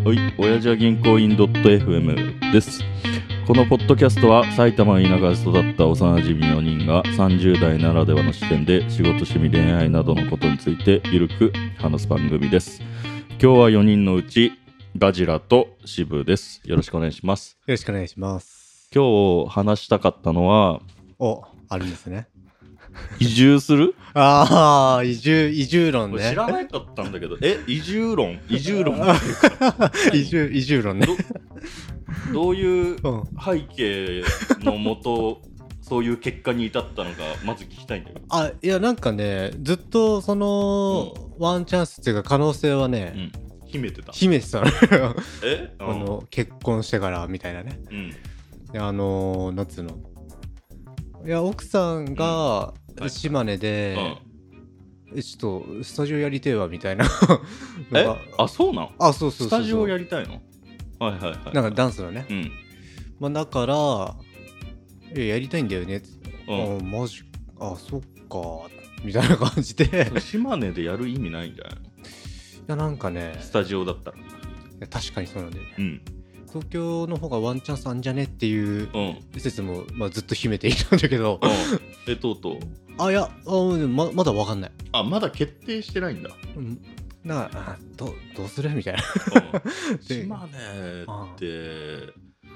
はい、親父は銀行員 .fm です。このポッドキャストは埼玉の田舎で育った幼馴染4人が30代ならではの視点で仕事、趣味、恋愛などのことについてゆるく話す番組です。今日は4人のうちガジラと渋です。よろしくお願いします。 よろしくお願いします。 今日話したかったのはあるんですね。 移住する移住論ね。 知らなかったんだけど移住論っていうか移住論ね。 どういう背景のもとそういう結果に至ったのかまず聞きたいんだけど。 いやなんかね、ずっとその、ワンチャンスっていうか可能性はね、 秘めてたのよ。結婚してからみたいなね。なんつうの、いや奥さんが島根で、ちょっとスタジオやりてえわみたいなそうなの？そうスタジオやりたいの？はいはいはい。 なんかダンスのね。だからやりたいんだよね。マジそっかみたいな感じで島根でやる意味ないんじゃないの？いやなんかね、 スタジオだったら。いや確かにそうなんだよね。東京の方がワンチャンスあんじゃねっていう説も、ずっと秘めていたんだけどとうとういやまだ分かんない。 まだ決定してないんだ。 どうするみたいな島根って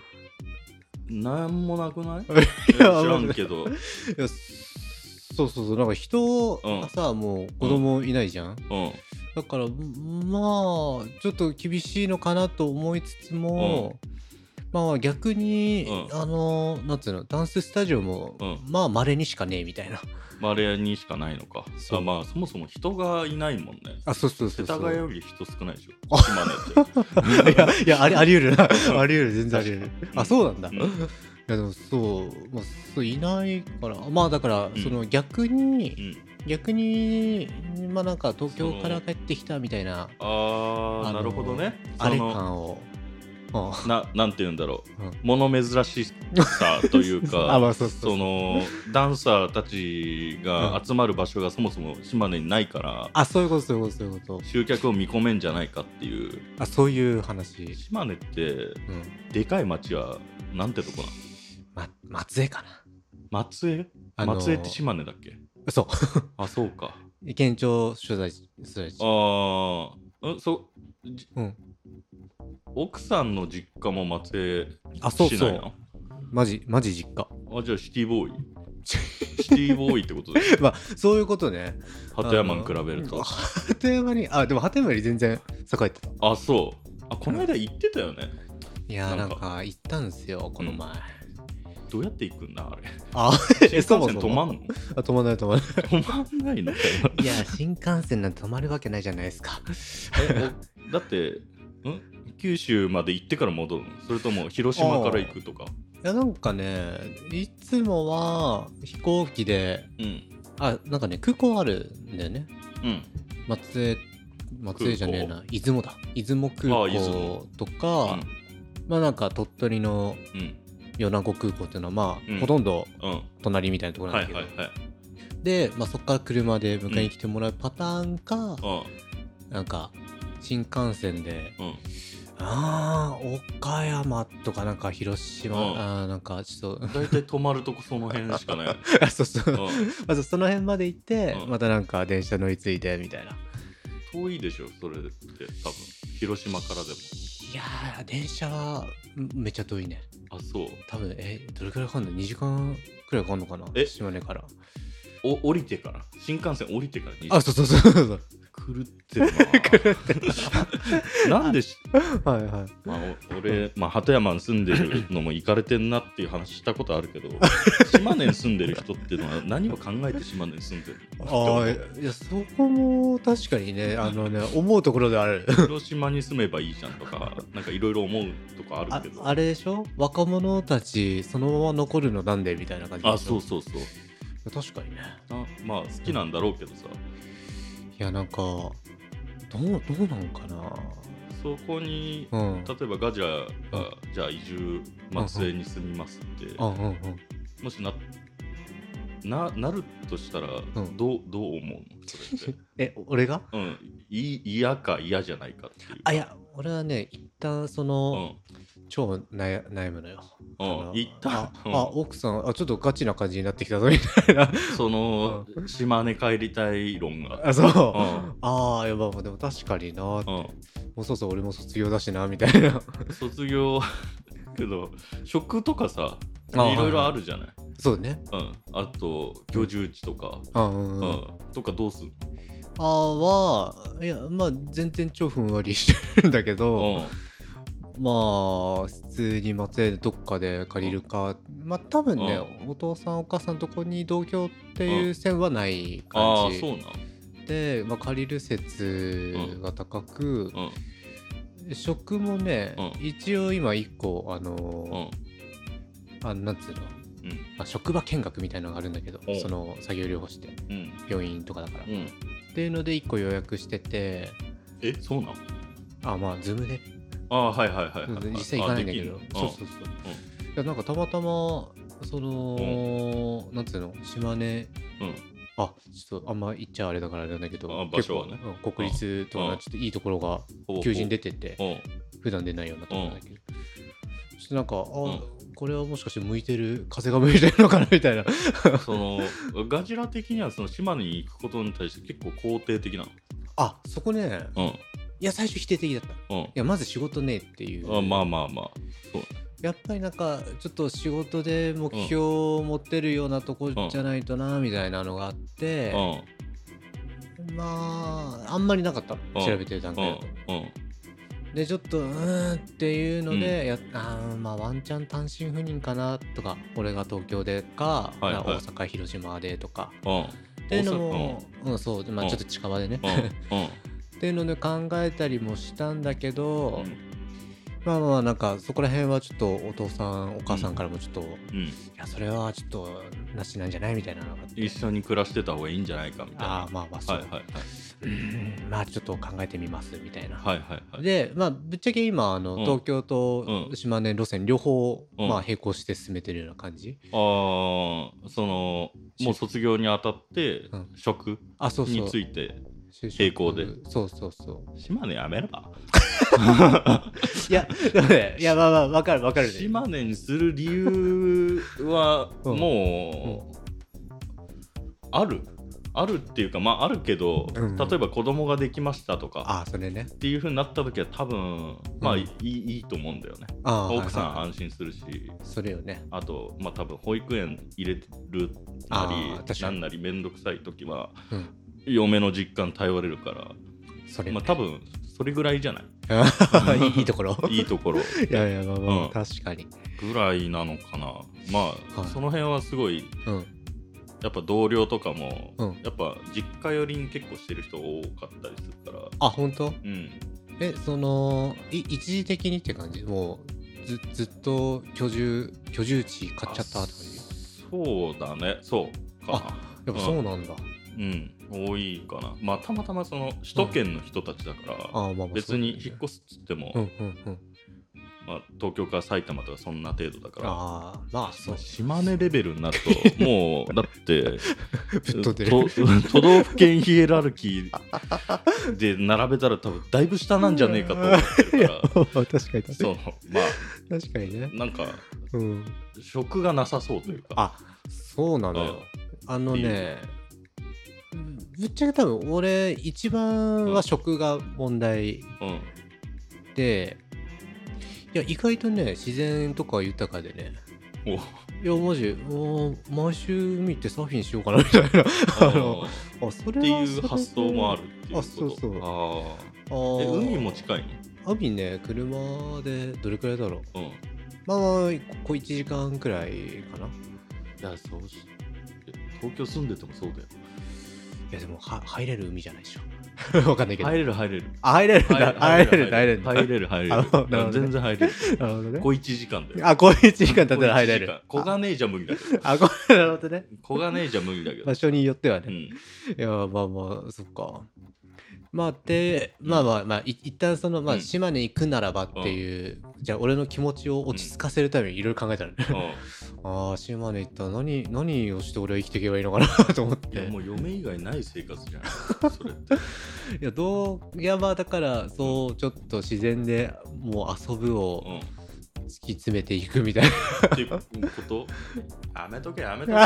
なんもなくない？知らんけど。 そうなんか人がさ、もう子供いないじゃん。だからちょっと厳しいのかなと思いつつも、逆になんつうの、ダンススタジオも稀にしかねえみたいな。 稀にしかないのか。そもそも人がいないもんね。そう世田谷より人少ないでしょ島根って。 いやあり得るなあり得る、全然あり得る。そうなんだ。いやでもそういないから、だからその逆になんか東京から帰ってきたみたいな、 なるほどね。 あれ感をなんて言うんだろう、物珍しさというかそのダンサーたちが集まる場所がそもそも島根にないから、 そういうこと集客を見込めんじゃないかっていう、 そういう話。 島根って、でかい町はなんてとこなの？ 松江かな。松江って島根だっけ？ そうそうか。 県庁所在地。 奥さんの実家も松江市内なの？ マジ実家。 じゃあシティボーイシティボーイってことでそういうことね。 鳩山に比べると。 鳩山にでも鳩山より全然栄えてた。 そうこの間行ってたよね。 いやなんか行ったんすよこの前。 どうやって行くんだあれ？新幹線止まんの？ 止まんない止まんないのかよ。 いや新幹線なんて止まるわけないじゃないですか。 だって九州まで行ってから戻るの？それとも広島から行くとか？ いやなんかね、いつもは飛行機で、なんかね空港あるんだよね。松江じゃねえな、出雲空港とか、なんか鳥取の米子空港っていうのはほとんど隣みたいなところなんだけど、で、そっから車で迎えに来てもらうパターンか、なんか新幹線で、岡山とかなんか広島、なんかちょっと大体泊まるとこその辺しかないまずその辺まで行って、またなんか電車乗り継いでみたいな。 遠いでしょそれって多分広島からでも。 いやー電車はめっちゃ遠いね。 そう多分どれくらいかかんの？2時間くらいかかんのかな、島根から。 降りてから新幹線降りてから2時間。 そう狂ってるななんで俺鳩山に住んでるのも行かれてんなっていう話したことあるけど島根に住んでる人っていうのは何を考えて島根に住んでるの？ いやそこも確かにね思うところである。 広島に住めばいいじゃんとかなんかいろいろ思うとかあるけど、 あれでしょ、若者たちそのまま残るのなんでみたいな感じでしょ。そう確かにね。 好きなんだろうけどさ、 いやなんかどうなんかな。 そこに、例えばガジラが、じゃあ移住松江に住みますって、もしなるとしたら、どう思うのそれって？ 俺が？ 嫌か嫌じゃないかっていうか。 いや俺はね一旦その、超悩むのよ。 一旦奥さんちょっとガチな感じになってきたぞみたいなその島根帰りたい論がそう、やばいでも確かになって、もうそうそう俺も卒業だしなみたいな卒業けど職とかさいろいろあるじゃない。 そうね。 あと居住地とかとかどうする？ いやまあ全然超ふんわりしてるんだけど、まあ普通に松江でどっかで借りるか、まあ多分ね、お父さんお母さんとこに同居っていう線はない感じ、 そうなんで、借りる説が高く、職もね、一応今1個なんつうの、職場見学みたいなのがあるんだけど、その作業療法して、病院とかだから、っていうので1個予約してて。 そうなの？ まあズームではい実際行かないんだけど、そういやなんかたまたまそのなんつうの島根、ちょっとあんま言っちゃあれだからなんだけど、 場所はね、 国立とかちょっといいところが求人出てて、普段出ないようなところだけど、ちょっとなんかこれはもしかして向いてる、風が向いてるのかなみたいなそのガジラ的にはその島根に行くことに対して結構肯定的なの？ そこね、いや最初否定的だった、いやまず仕事ねっていう、 まあそうやっぱりなんかちょっと仕事で目標を持ってるようなとこじゃないとなみたいなのがあって、まああんまりなかったの、調べてる段階だと、でちょっとっていうので、まあワンチャン単身赴任かなとか、俺が東京でか、大阪広島でとか、っていうのも、そうまあちょっと近場でねっていうので考えたりもしたんだけど、まあなんかそこら辺はちょっとお父さんお母さんからもちょっと、いやそれはちょっとなしなんじゃないみたいなのが、 一緒に暮らしてた方がいいんじゃないかみたいな。 まあそう、まあちょっと考えてみますみたいな。 はいでまあぶっちゃけ今東京と島根路線両方、まあ並行して進めてるような感じ。 そのもう卒業にあたって職について並行で。 そう島根やめればいやでもね、いやまあ分かるね。 島根にする理由はもうあるっていうか、まああるけど、例えば子供ができましたとかそれねっていう風になった時は多分まあいいと思うんだよね。奥さん安心するし、 それよね。あとまあ多分保育園入れるなりなんなりめんどくさい時は嫁の実家頼れるから、 それまあ多分それぐらいじゃないいいところいいところ。いやまあ確かにぐらいなのかな。まあその辺はすごいやっぱ同僚とかもやっぱ実家寄りに結構してる人多かったりするから。 本当？その一時的にって感じ？もうずっと居住地買っちゃったって感じ？ そうだね、そうかな。 やっぱそうなんだ。 多いかな。まあたまたまその首都圏の人たちだから別に引っ越すっつってもまあ東京から埼玉とかそんな程度だから、 まあそう島根レベルになるともうだって都道府県ヒエラルキーで並べたら多分だいぶ下なんじゃねえかと思ってるから確かにそう、まあ確かにね、 なんか職がなさそうというか。 そうなのよ。ぶっちゃけ多分俺一番は食が問題で、いや意外とね自然とか豊かでね、いやマジ毎週海行ってサーフィンしようかなみたいなそれっていう発想もあるっていうこと。 そう海も近いの？ 海ね車でどれくらいだろう、まあこ1時間くらいかな。 いやそう東京住んでてもそうだよ。 いやでも入れる海じゃないでしょわかんないけど。入れる入れる全然入れる。 なるほどね。 小1時間で。 小1時間経ったら入れる。 小金井じゃ無理だけど。 なるほどね。 小金井じゃ無理だけど。 場所によってはね。いやまあそっか。 まあで、一旦その、島根行くならばっていう、じゃあ俺の気持ちを落ち着かせるためにいろいろ考えたらね。ああ、島根行ったら何をして俺は生きていけばいいのかなと思って。 いやもう嫁以外ない生活じゃん。それって。 いやだからそうちょっと自然でもう遊ぶを突き詰めていくみたいな。 っていうことやめとけ何が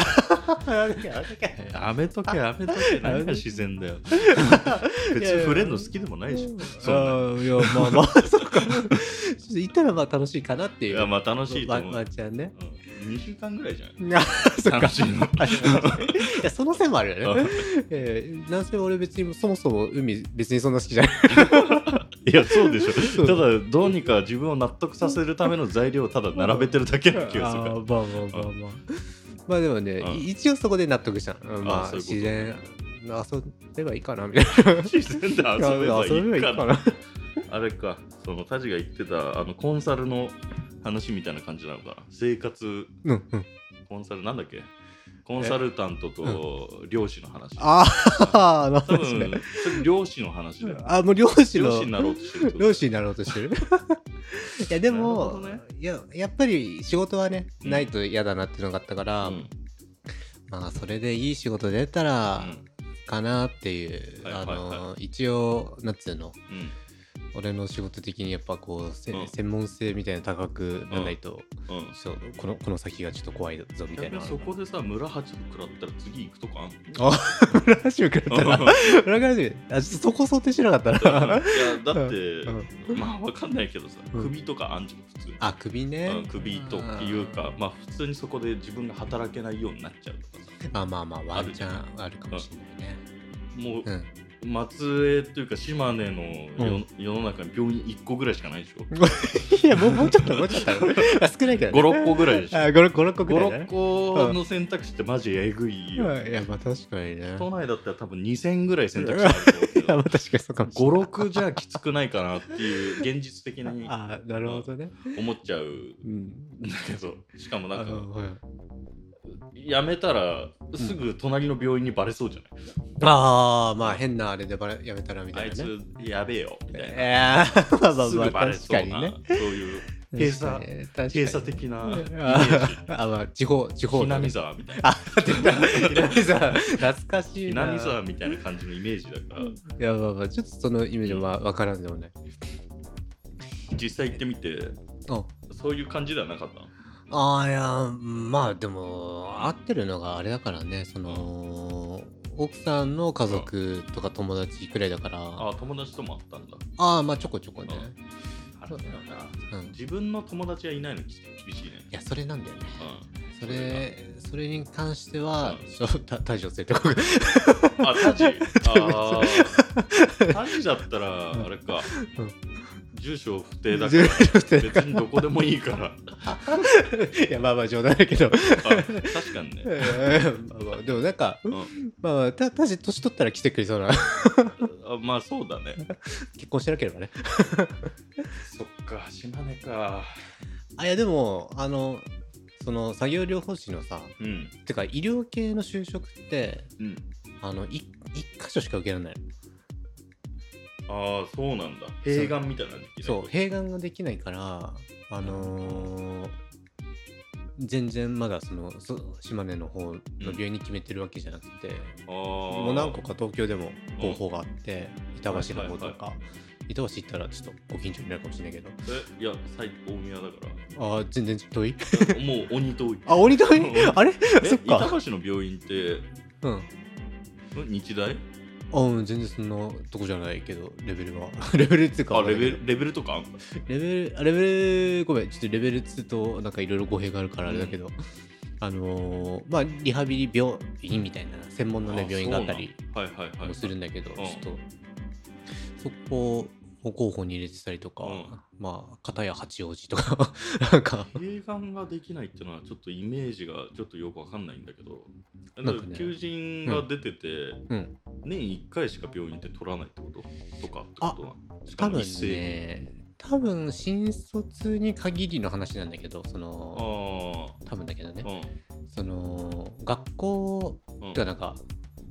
自然だよ。別に触れんの好きでもないし。いやそうか。行ったら楽しいかなっていう。 いや楽しいと思う。 ワンちゃんね。 2週間ぐらいじゃん。 楽しいの。いやその線もあるよね。なんせ俺別にそもそも海別にそんな好きじゃない。 いやそうでしょ。ただどうにか自分を納得させるための材料をただ並べてるだけな気がするから。 まあでもね、一応そこで納得した。自然遊べばいいかなみたいな。 自然で遊べばいいかな。あれか、そのタジが言ってたコンサルの話みたいな感じなのかな。生活、コンサルなんだっけ、コンサルタントと漁師の話。 ああ、 多分漁師の話だよ。 もう漁師になろうとしてる。 漁師になろうとしてる。いやでも、やっぱり仕事はね、ないと嫌だなっていうのがあったから、まあそれでいい仕事出たらかなっていう、一応なんつうの。俺の仕事的にやっぱこう、専門性みたいな高くならないと、この先がちょっと怖いぞみたいな。 そこでさ、村八分食らったら次行くとか村八分食らったら村八分ちょっとそこ想定しなかったな。 いやだってまあわかんないけどさ、首とかあんじゃん普通に。 首ね。 首というか、まあ普通にそこで自分が働けないようになっちゃうとかさ。 まあワンチャンあるかもしれないね。もう松江というか島根の世の中に病院1個ぐらいしかないでしょ。 いやもうちょっと少ないけど、 5、6個ぐらいでしょ。 5、6個ぐらい、 5、6個の選択肢ってマジえぐいよ。 いや確かにね。 都内だったら多分2000ぐらい選択肢あると思うけど。 いや確かにそうかもしれない。 5、6じゃきつくないかなっていう現実的になるほどね、 思っちゃうんだけど、しかもなんかやめたらすぐ隣の病院にバレそうじゃない。 まあ変なあれでやめたらみたいなね。 あいつやべえよみたいな。すぐバレそうな、そういう閉鎖的なイメージ。 地方ひなみ沢みたいな。 ひなみ沢懐かしいな。 ひなみ沢みたいな感じのイメージだから。いやちょっとそのイメージは分からんでもない。 実際行ってみてそういう感じではなかったの？ いやまあでも合ってるのがあれだからね、その奥さんの家族とか友達くらいだから。 友達ともあったんだ。 まあちょこちょこね。 自分の友達がいないの厳しいね。 いやそれなんだよね。それに関してはタジを連れてこい。 タジだったらあれか。住所不定だから別にどこでもいいから。 いやまあ冗談だけど。 確かにね。 でもなんかタジ年取ったら来てくれそうな。 まあそうだね。 結婚してなければね。 そっか、島根か。 いやでもその作業療法士のさ、てか医療系の就職って一箇所しか受けられない。 そうなんだ。併願みたいなのできない。 そう、併願ができないから全然まだその島根の方の病院に決めてるわけじゃなくて、もう何個か東京でも候補があって、板橋の方とか、板橋行ったらちょっとご近所になるかもしれないけど。 いや大宮だから。 全然遠い。 もう鬼遠い。 鬼遠い。あれそっか。 板橋の病院って日大？ 全然そんなとこじゃないけど、レベルはレベルっていうかレベルとかあんの？ レベルごめん、ちょっとレベル2となんかいろいろ語弊があるからあれだけど、まあリハビリ病院みたいな専門のね病院があったりもするんだけど、ちょっとそこを候補に入れてたりとか、まあ片や八王子とかなんか併願ができないっていうのはちょっとイメージがちょっとよくわかんないんだけど、なんか求人が出てて、年1回しか病院って取らないってこととかってことなの？ 多分ね、多分新卒に限りの話なんだけど、その多分だけどね、その学校がなんか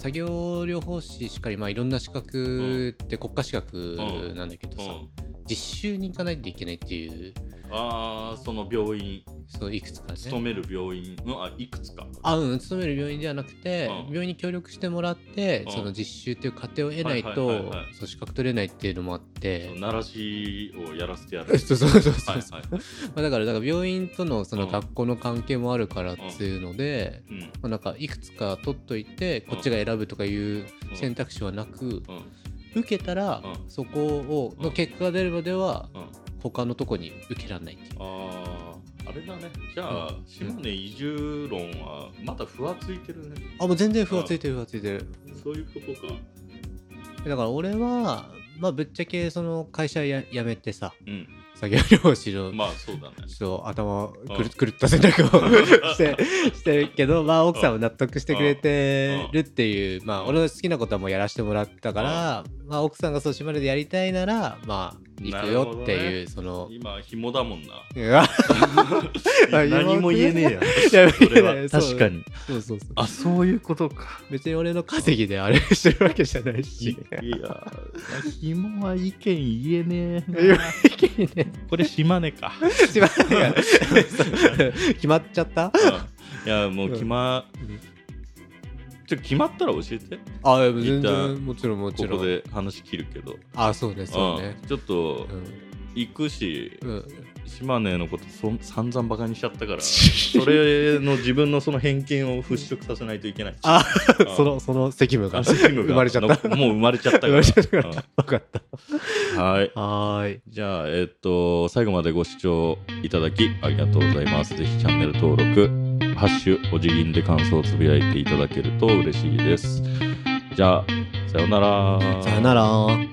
作業療法士しかり、いろんな資格って国家資格なんだけどさ、実習に行かないといけないっていう。 その病院、 そういくつかね、 勤める病院のいくつか、 勤める病院ではなくて、病院に協力してもらって、その実習っていう過程を得ないとそう資格取れないっていうのもあって、 奈良市をやらせてやる。 そうだから病院とのその学校の関係もあるからっていうので、なんかいくつか取っといてこっちが選ぶとかいう選択肢はなく、受けたらそこの結果が出るまでは他のとこに受けられないっていう。 あれだね。じゃあ、島根移住論はまだふわついてるね。 もう全然ふわついてるそういうことか。 だから俺はぶっちゃけその会社辞めてさ、作業療法士のそうだね。 頭狂った選択をしてるけど、奥さんは納得してくれてるっていう、俺の好きなことはもうやらせてもらったから、奥さんがそう島根でやりたいなら行くよっていう、その今紐だもんな。 何も言えねえやん。それは確かに。そういうことか。 別に俺の稼ぎであれしてるわけじゃないし。 いや、紐は意見言えねえ。これ島根か。 決まっちゃった？ いや、もう決まったら教えて。 全然もちろん。 ここで話切るけど。 そうね。ちょっと行くし、島根のこと散々バカにしちゃったから、それの自分のその偏見を払拭させないといけない。 その責務が生まれちゃった。 もう生まれちゃったから。 分かった。 はい。じゃあ最後までご視聴いただきありがとうございます。ぜひチャンネル登録、ハッシュおじぎんで感想をつぶやいていただけると嬉しいです。じゃあさようなら。 さようなら。